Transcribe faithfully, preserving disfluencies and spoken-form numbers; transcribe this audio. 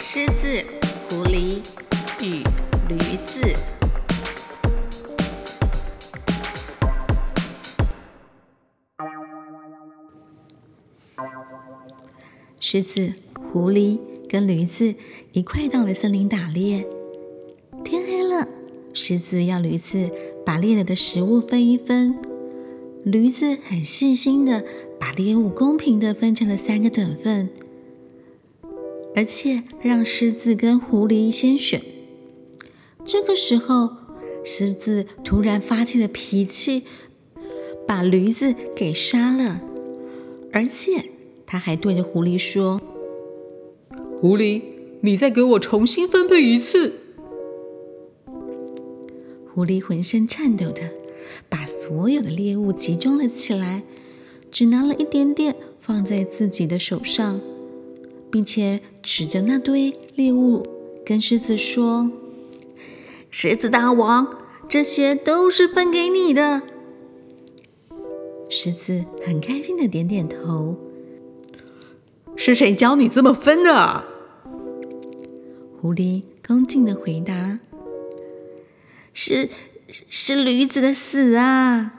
狮子、狐狸与驴子。狮子、狐狸跟驴子一块到了森林打猎。天黑了，狮子要驴子把猎了的食物分一分。驴子很细心的把猎物公平的分成了三个等份，而且让狮子跟狐狸先选。这个时候，狮子突然发起了脾气，把驴子给杀了，而且他还对着狐狸说： 狐狸，你再给我重新分配一次。 狐狸浑身颤抖的把所有的猎物集中了起来，只拿了一点点放在自己的手上，并且指着那堆猎物跟狮子说：狮子大王，这些都是分给你的。狮子很开心的点点头。 是谁教你这么分的啊？ 狐狸恭敬的回答：是是驴子的死啊。